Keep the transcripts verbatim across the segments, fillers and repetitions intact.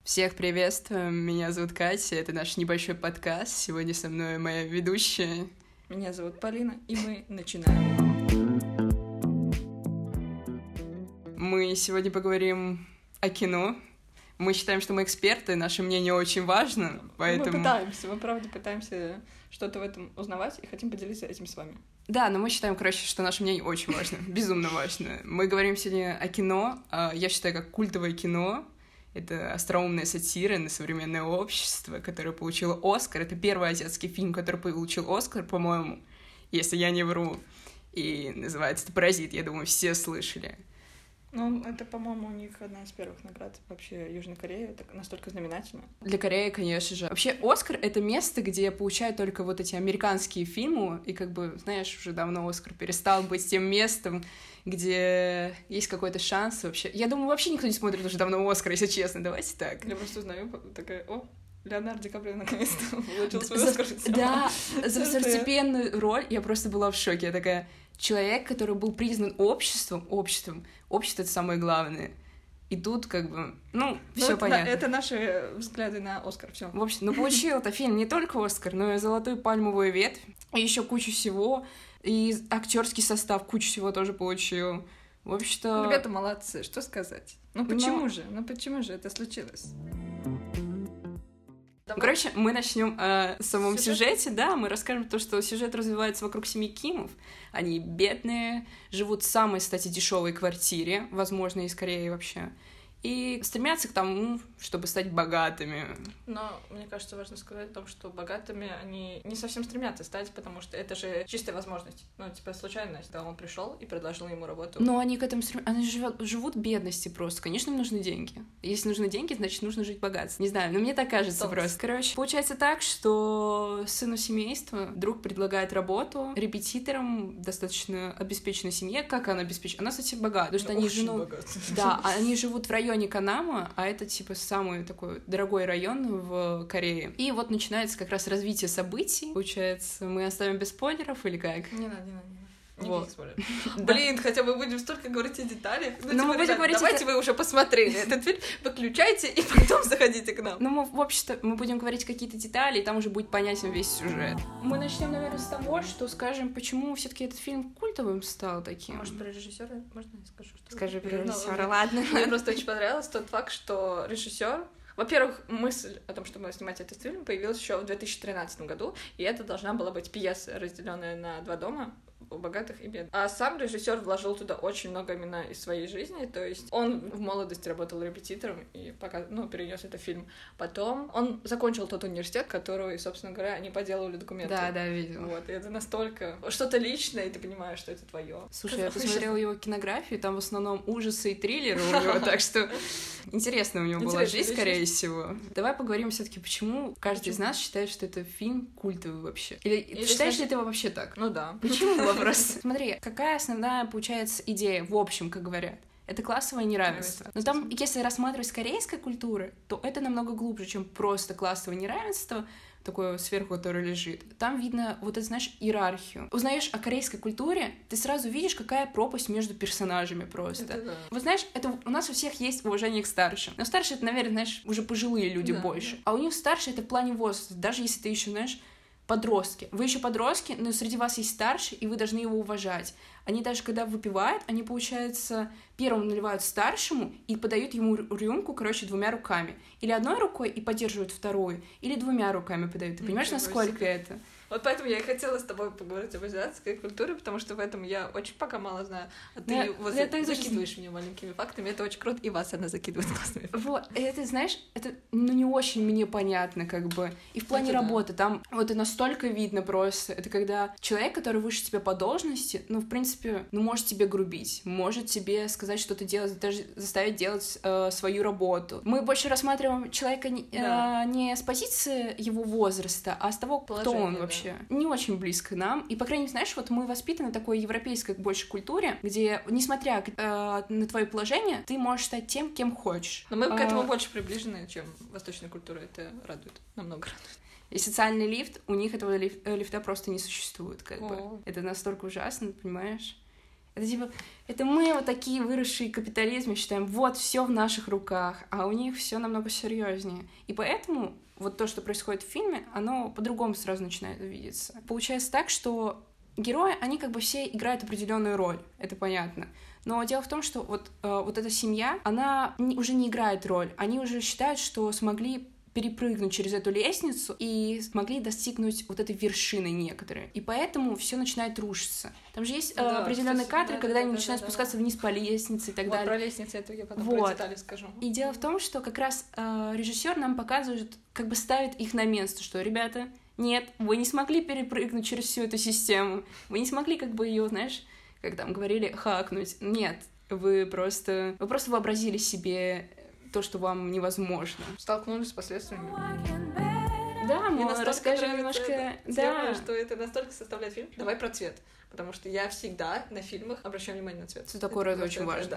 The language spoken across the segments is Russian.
Всех приветствую, меня зовут Катя, это наш небольшой подкаст. Сегодня со мной моя ведущая. Меня зовут Полина, и мы начинаем. Мы сегодня поговорим о кино. Мы считаем, что мы эксперты, наше мнение очень важно, поэтому... Мы пытаемся, мы правда пытаемся что-то в этом узнавать и хотим поделиться этим с вами. Да, но мы считаем, короче, что наше мнение очень важно, безумно важно. Мы говорим сегодня о кино, я считаю, как культовое кино. Это остроумная сатира на современное общество, которое получило Оскар. Это первый азиатский фильм, который получил Оскар, по-моему, если я не вру. И называется это «Паразит», я думаю, все слышали. Ну, это, по-моему, у них одна из первых наград вообще Южной Кореи, это настолько знаменательно. Для Кореи, конечно же. Вообще, Оскар — это место, где получают только вот эти американские фильмы, и как бы, знаешь, уже давно Оскар перестал быть тем местом, где есть какой-то шанс вообще. Я думаю, вообще никто не смотрит уже давно Оскар, если честно, давайте так. Я просто узнаю, такая, о, Леонардо Ди Каприо наконец-то получил свой Оскар. Да, за второстепенную роль я просто была в шоке. Я такая... Человек, который был признан обществом, обществом, общество — это самое главное. И тут как бы, ну, все понятно. Это наши взгляды на Оскар, все. В общем, ну, получил это фильм не только Оскар, но и золотую пальмовую ветвь, и еще кучу всего, и актерский состав кучу всего тоже получил. В общем-то... Ребята молодцы, что сказать? Ну почему но... же? Ну почему же это случилось? Короче, мы начнем о самом сюжет? сюжете, да, мы расскажем то, что сюжет развивается вокруг семьи Кимов. Они бедные, живут в самой, кстати, дешевой квартире, возможно, из Кореи вообще, и стремятся к тому, чтобы стать богатыми. Но мне кажется, важно сказать о том, что богатыми они не совсем стремятся стать, потому что это же чистая возможность. Ну, типа, случайность, да, он пришел и предложил ему работу. Но они к этому стремятся, они живут, живут в бедности просто. Конечно, им нужны деньги. Если нужны деньги, значит, нужно жить богатство. Не знаю, но мне так кажется Топс. просто. Короче, получается так, что сыну семейства друг предлагает работу репетитором достаточно обеспеченной семье. Как она обеспечена? Она, кстати, богата, потому что ну, они живут... Да, они живут в районе Канама, а это, типа, самый такой дорогой район в Корее. И вот начинается как раз развитие событий. Получается, мы оставим без спойлеров или как? Не надо, не надо, не надо. Не вот. Блин, хотя бы будем столько говорить о деталях. Ну, ну типа, мы будем ребят, говорить давайте это... вы уже посмотрели этот фильм, выключайте и потом заходите к нам. Ну, мы, в общем-то, мы будем говорить какие-то детали, и там уже будет понятен весь сюжет. Мы начнем, наверное, с того, что скажем, почему все-таки этот фильм культовым стал таким. Может, про режиссера? Можно я скажу? Что Скажи про режиссера, ну, ладно. Мне просто очень понравился тот факт, что режиссер. Во-первых, мысль о том, чтобы снимать этот фильм, появилась еще в две тысячи тринадцатом году, и это должна была быть пьеса, разделенная на два дома, у богатых и бедных. А сам режиссер вложил туда очень много именно из своей жизни, то есть он в молодости работал репетитором и пока, ну, перенес этот фильм. Потом он закончил тот университет, который, собственно говоря, они поделывали документы. Да, да, видел. Вот, и это настолько что-то личное, и ты понимаешь, что это твое. Слушай, я посмотрела его кинографию, там в основном ужасы и триллеры у него, так что интересно у него была жизнь, скорее всего. Давай поговорим все-таки, почему каждый из нас считает, что это фильм культовый вообще. Или считаешь ли ты его вообще так? Ну да. Почему? Вопрос. Смотри, какая основная, получается, идея, в общем, как говорят? Это классовое неравенство. Но там, если рассматривать с корейской культуры, то это намного глубже, чем просто классовое неравенство, такое сверху, которое лежит. Там видно, вот это, знаешь, иерархию. Узнаешь о корейской культуре, ты сразу видишь, какая пропасть между персонажами просто. Это да. Вот знаешь, это у нас у всех есть уважение к старшим. Но старшие, это, наверное, знаешь, уже пожилые люди да, больше. Да. А у них старшие — это в плане возраста. Даже если ты еще, знаешь, подростки. Вы еще подростки, но среди вас есть старший, и вы должны его уважать. Они даже когда выпивают, они, получается, первым наливают старшему и подают ему рюмку, короче, двумя руками. Или одной рукой и поддерживают вторую, или двумя руками подают. Ты понимаешь, насколько это? Вот поэтому я и хотела с тобой поговорить об азиатской культуре, потому что в этом я очень пока мало знаю. А ты я, вот я закидываешь меня маленькими фактами, это очень круто, и вас она закидывает классными фактами. Вот, это, знаешь, это, ну, не очень мне понятно, как бы. И в плане это работы, да. Там вот и настолько видно просто, это когда человек, который выше тебя по должности, ну, в принципе, ну, может тебе грубить, может тебе сказать, что ты делать, даже заставить делать э, свою работу. Мы больше рассматриваем человека не, да. э, не с позиции его возраста, а с того, Положение, кто он вообще. Да. Не очень близко нам. И, по крайней мере, знаешь, вот мы воспитаны в такой европейской больше культуре, где, несмотря э, на твое положение, ты можешь стать тем, кем хочешь. Но мы к этому а... больше приближены, чем восточная культура. Это радует, намного радует. И социальный лифт, у них этого лиф- лифта просто не существует, как О. бы. Это настолько ужасно, понимаешь? Это типа, это мы вот такие выросшие в капитализме считаем, вот все в наших руках, а у них все намного серьезнее. И поэтому вот то, что происходит в фильме, оно по-другому сразу начинает видеться. Получается так, что герои, они как бы все играют определенную роль, это понятно. Но дело в том, что вот, э, вот эта семья, она не, уже не играет роль. Они уже считают, что смогли перепрыгнуть через эту лестницу и смогли достигнуть вот этой вершины некоторые. И поэтому все начинает рушиться. Там же есть да, э, определенные кстати, кадры, да, когда да, они да, начинают да, спускаться да. вниз по лестнице и так вот далее. Про лестницу это я потом вот. про детали скажу. И дело в том, что как раз э, режиссер нам показывает, как бы ставит их на место, что, ребята, нет, вы не смогли перепрыгнуть через всю эту систему, вы не смогли как бы ее, знаешь, как там говорили, хакнуть. Нет, вы просто, вы просто вообразили себе то, что вам невозможно. Столкнулись с последствиями. Да, мы расскажем немножко... Да, что это настолько составляет фильм. Давай про цвет. Потому что я всегда на фильмах обращаю внимание на цвет. Цветокор — это очень важно.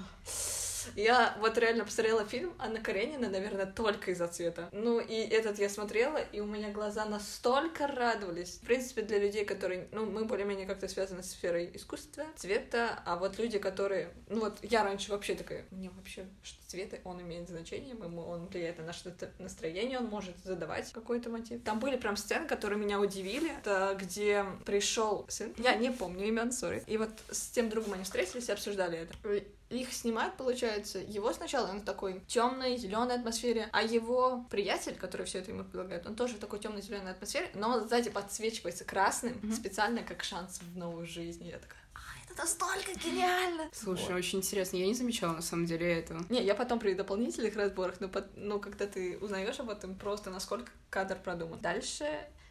Я вот реально посмотрела фильм Анна Каренина, наверное, только из-за цвета. Ну, и этот я смотрела, и у меня глаза настолько радовались. В принципе, для людей, которые... Ну, мы более-менее как-то связаны с сферой искусства, цвета, а вот люди, которые... Ну, вот я раньше вообще такая... Мне вообще, что цвет, он имеет значение, он влияет на наше настроение, он может задавать какой-то мотив. Там были прям сцены, которые меня удивили. Это где пришел сын, я не помню имен, сори. И вот с тем другом они встретились и обсуждали это. Их снимают, получается, его сначала он в такой темной, зеленой атмосфере, а его приятель, который все это ему предлагает, он тоже в такой темной зеленой атмосфере, но он сзади подсвечивается красным, mm-hmm. специально как шанс в новую жизнь. И я такая, а, это настолько гениально! Слушай, вот. Очень интересно, я не замечала на самом деле этого. Не, я потом при дополнительных разборах, но, под... но когда ты узнаешь об этом, просто насколько кадр продуман. Дальше...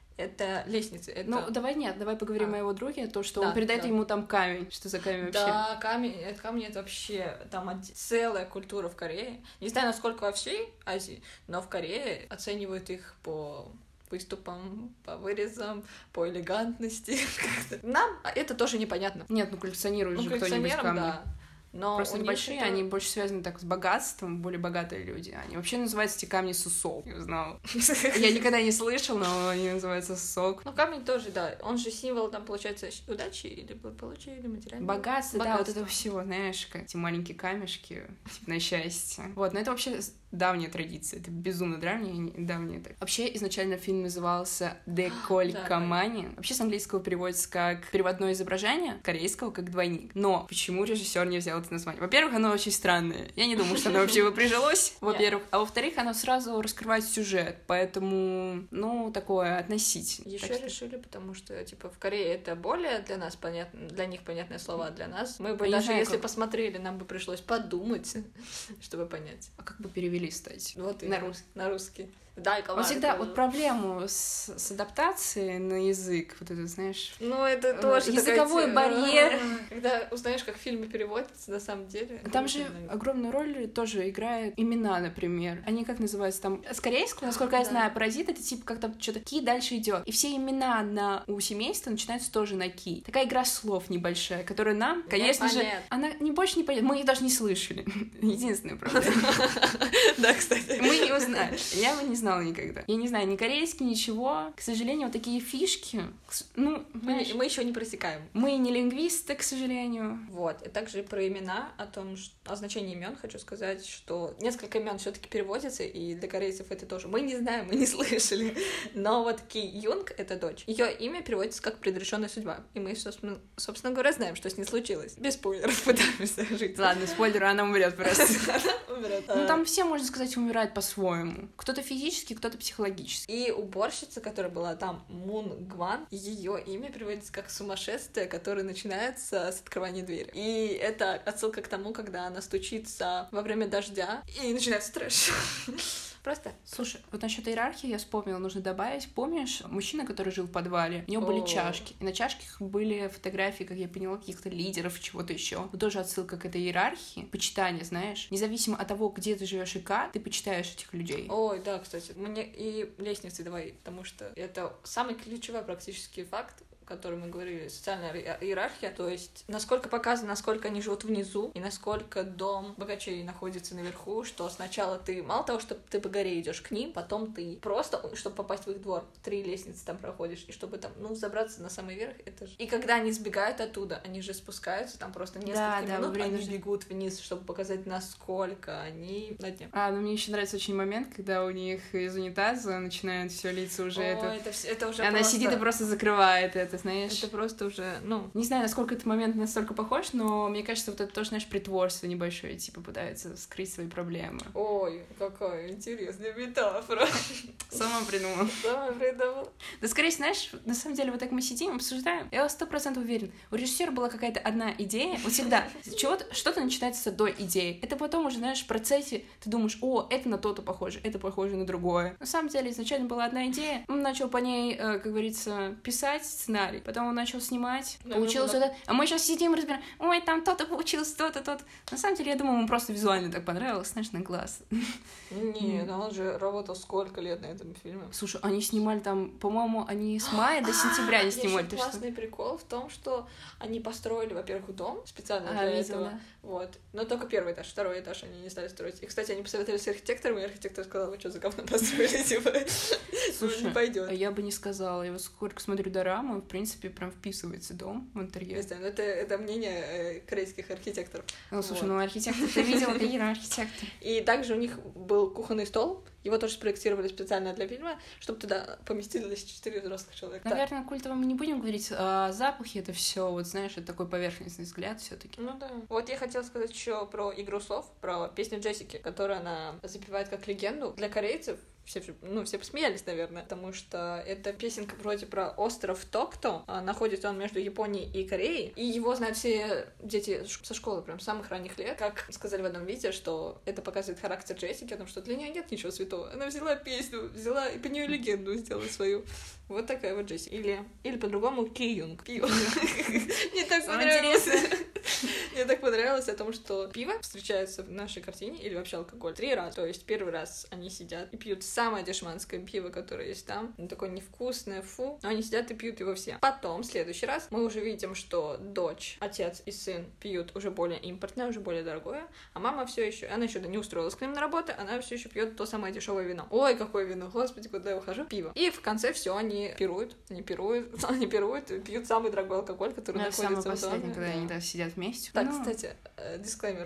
Это лестница. Это... Ну, давай нет, давай поговорим а. о его друге, то, что да, он передает да. ему там камень. Что за камень вообще? Да, камень, это камень, это вообще там целая культура в Корее. Не знаю, насколько во всей Азии, но в Корее оценивают их по выступам, по вырезам, по элегантности. Нам это тоже непонятно. Нет, ну коллекционирует ну, же кто-нибудь камни. Да. Но просто небольшие, это... они больше связаны так с богатством, более богатые люди. Они вообще называются эти камни сусок, я узнала. Я никогда не слышала, но они называются сусок. Ну, камень тоже, да. Он же символ, там, получается, удачи или благополучия, или материального. Богатство, да, вот это всего, знаешь, как эти маленькие камешки, типа, на счастье. Вот, но это вообще давняя традиция, это безумно давняя, давняя. Вообще, изначально фильм назывался «Деколькомания». Вообще, с английского переводится как «переводное изображение», корейского как «двойник». Но почему режиссер не взял это название? Во-первых, оно очень странное. Я не думаю, что оно вообще бы прижилось, во-первых. А во-вторых, оно сразу раскрывает сюжет, поэтому, ну, такое относительно. Еще решили, потому что, типа, в Корее это более для нас понятно, для них понятные слова, а для нас. Мы бы даже если посмотрели, нам бы пришлось подумать, чтобы понять. А как бы перевели, кстати? Вот на русский. На русский. Да, и Он всегда, вот проблему с, с адаптацией на язык, вот это, знаешь... Ну, это тоже языковой такая... барьер. Когда узнаешь, как фильмы переводятся, на самом деле... Там же огромную роль тоже играют имена, например. Они как называются там? С корейского, насколько я знаю, «Паразит» — это типа как там что-то «ки» дальше идет. И все имена на... у семейства начинаются тоже на «ки». Такая игра слов небольшая, которая нам, конечно же, она не больше не понятна. Мы их даже не слышали. Единственная проблема. Да, кстати. Мы не узнали. Я бы не знала никогда. Я не знаю ни корейский, ничего. К сожалению, вот такие фишки, ну, мы, мы еще не просекаем. Мы не лингвисты, к сожалению. Вот. И также про имена, о том, что... о значении имен хочу сказать, что несколько имен все-таки переводятся, и для корейцев это тоже. Мы не знаем, мы не слышали. Но вот Ки Юнг — это дочь. Ее имя переводится как «предрешенная судьба». И мы, собственно, собственно говоря, знаем, что с ней случилось. Без спойлеров пытаемся жить. Ладно, спойлеры, она умрет просто. Она умрет. Ну, там все, можно сказать, умирают по-своему. Кто-то физически, кто-то психологически. И уборщица, которая была там, Мун Гван, ее имя переводится как «сумасшествие», которое начинается с открывания двери. И это отсылка к тому, когда она стучится во время дождя, и начинается трэш. Просто. Слушай, вот насчет иерархии я вспомнила, нужно добавить. Помнишь, мужчина, который жил в подвале, у него были чашки, и на чашках были фотографии, как я поняла, каких-то лидеров, чего-то еще. Вот тоже отсылка к этой иерархии, почитание, знаешь. Независимо от того, где ты живешь и как, ты почитаешь этих людей. Ой, да, кстати. Мне и лестницы давай, потому что это самый ключевой практически факт о которой мы говорили, социальная иерархия, то есть насколько показано, насколько они живут внизу, и насколько дом богачей находится наверху, что сначала ты, мало того, что ты по горе идешь к ним, потом ты просто, чтобы попасть в их двор, три лестницы там проходишь, и чтобы там, ну, забраться на самый верх, это же... И когда они сбегают оттуда, они же спускаются, там просто несколько да, да, минут, они же... бегут вниз, чтобы показать, насколько они на дне. А, ну мне еще нравится очень момент, когда у них из унитаза начинают все литься уже. О, это... это, все, это уже Она просто... сидит и просто закрывает это, знаешь. Это просто уже, ну... Не знаю, насколько этот момент настолько похож, но мне кажется, вот это тоже, знаешь, притворство небольшое, типа пытаются скрыть свои проблемы. Ой, какая интересная метафора. Сама придумала. Сама придумала. Да, скорее, знаешь, на самом деле, вот так мы сидим, обсуждаем, я сто процентов уверен, у режиссера была какая-то одна идея, вот всегда, чего-то, что-то начинается до идеи, это потом уже, знаешь, в процессе ты думаешь, о, это на то-то похоже, это похоже на другое. На самом деле, изначально была одна идея, он начал по ней, как говорится, писать сценарий, потом он начал снимать, да, получилось да. это, а мы сейчас сидим и разбираем, ой, там то-то получилось, то-то, то-то. На самом деле, я думаю, ему просто визуально так понравилось, знаешь, на глаз. Нет, он же работал сколько лет на этом фильме. Слушай, они снимали там, по-моему, они с мая до сентября не снимали. Еще классный прикол в том, что они построили, во-первых, дом специально а, для видела, этого. Да. Вот. Но только первый этаж, второй этаж они не стали строить. И, кстати, они посоветовали с архитектором, и архитектор сказал, вы что, за говно построили, типа, слушай, не пойдет. А я бы не сказала. Я вот сколько смотрю дораму, в принципе, прям вписывается дом в интерьер. Не знаю, это, это мнение корейских архитекторов. Ну, слушай, вот. ну архитектор, ты видела, ты Ира, архитектор. И также у них был кухонный стол, его тоже спроектировали специально для фильма, чтобы туда поместились четыре взрослых человека. Наверное, так. Культово мы не будем говорить о запахе, это все, вот знаешь, это такой поверхностный взгляд все-таки. Ну да. Вот я хотела сказать еще про игру слов, про песню Джессики, которую она запевает как легенду. Для корейцев все, ну, все посмеялись, наверное, потому что это песенка вроде про остров Токто, а находится он между Японией и Кореей, и его знают все дети со школы, прям с самых ранних лет. Как сказали в одном видео, что это показывает характер Джессики, о том, что для нее нет ничего святого. Она взяла песню, взяла и по нее легенду сделала свою. Вот такая вот Джесси. Или, или по-другому Ки Юнг. Пиво. Мне так понравилось. Мне так понравилось о том, что пиво встречается в нашей картине, или вообще алкоголь, три раза. То есть первый раз они сидят и пьют самое дешманское пиво, которое есть там. Оно такое невкусное, фу. Но они сидят и пьют его все. Потом, в следующий раз, мы уже видим, что дочь, отец и сын пьют уже более импортное, уже более дорогое, а мама все еще, она еще не устроилась к ним на работу, она все еще пьет то самое дешевое вино. Ой, какое вино, господи, куда я ухожу? Пиво. И в конце все они пируют, они пируют, они пируют, пьют самый дорогой алкоголь, который ну, находится в доме. Самое последнее, когда они так сидят вместе. Так, ну... кстати, дисклеймер.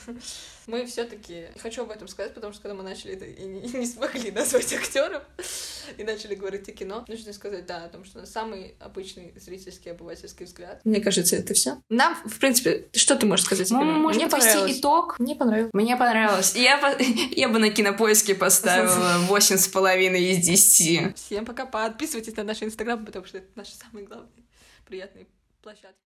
Мы все-таки хочу об этом сказать, потому что когда мы начали это и не, и не смогли назвать актеров и начали говорить о кино, нужно сказать, да, о том, что самый обычный зрительский обывательский взгляд. Мне кажется, это все. Нам, в принципе, что ты можешь сказать? Мы можем подвести итог. Мне понравилось. Мне понравилось. Я, я бы на Кинопоиске поставила восемь с половиной из десяти. Всем пока. Подписывайтесь на наш инстаграм, потому что это наши самые главные приятные площадки.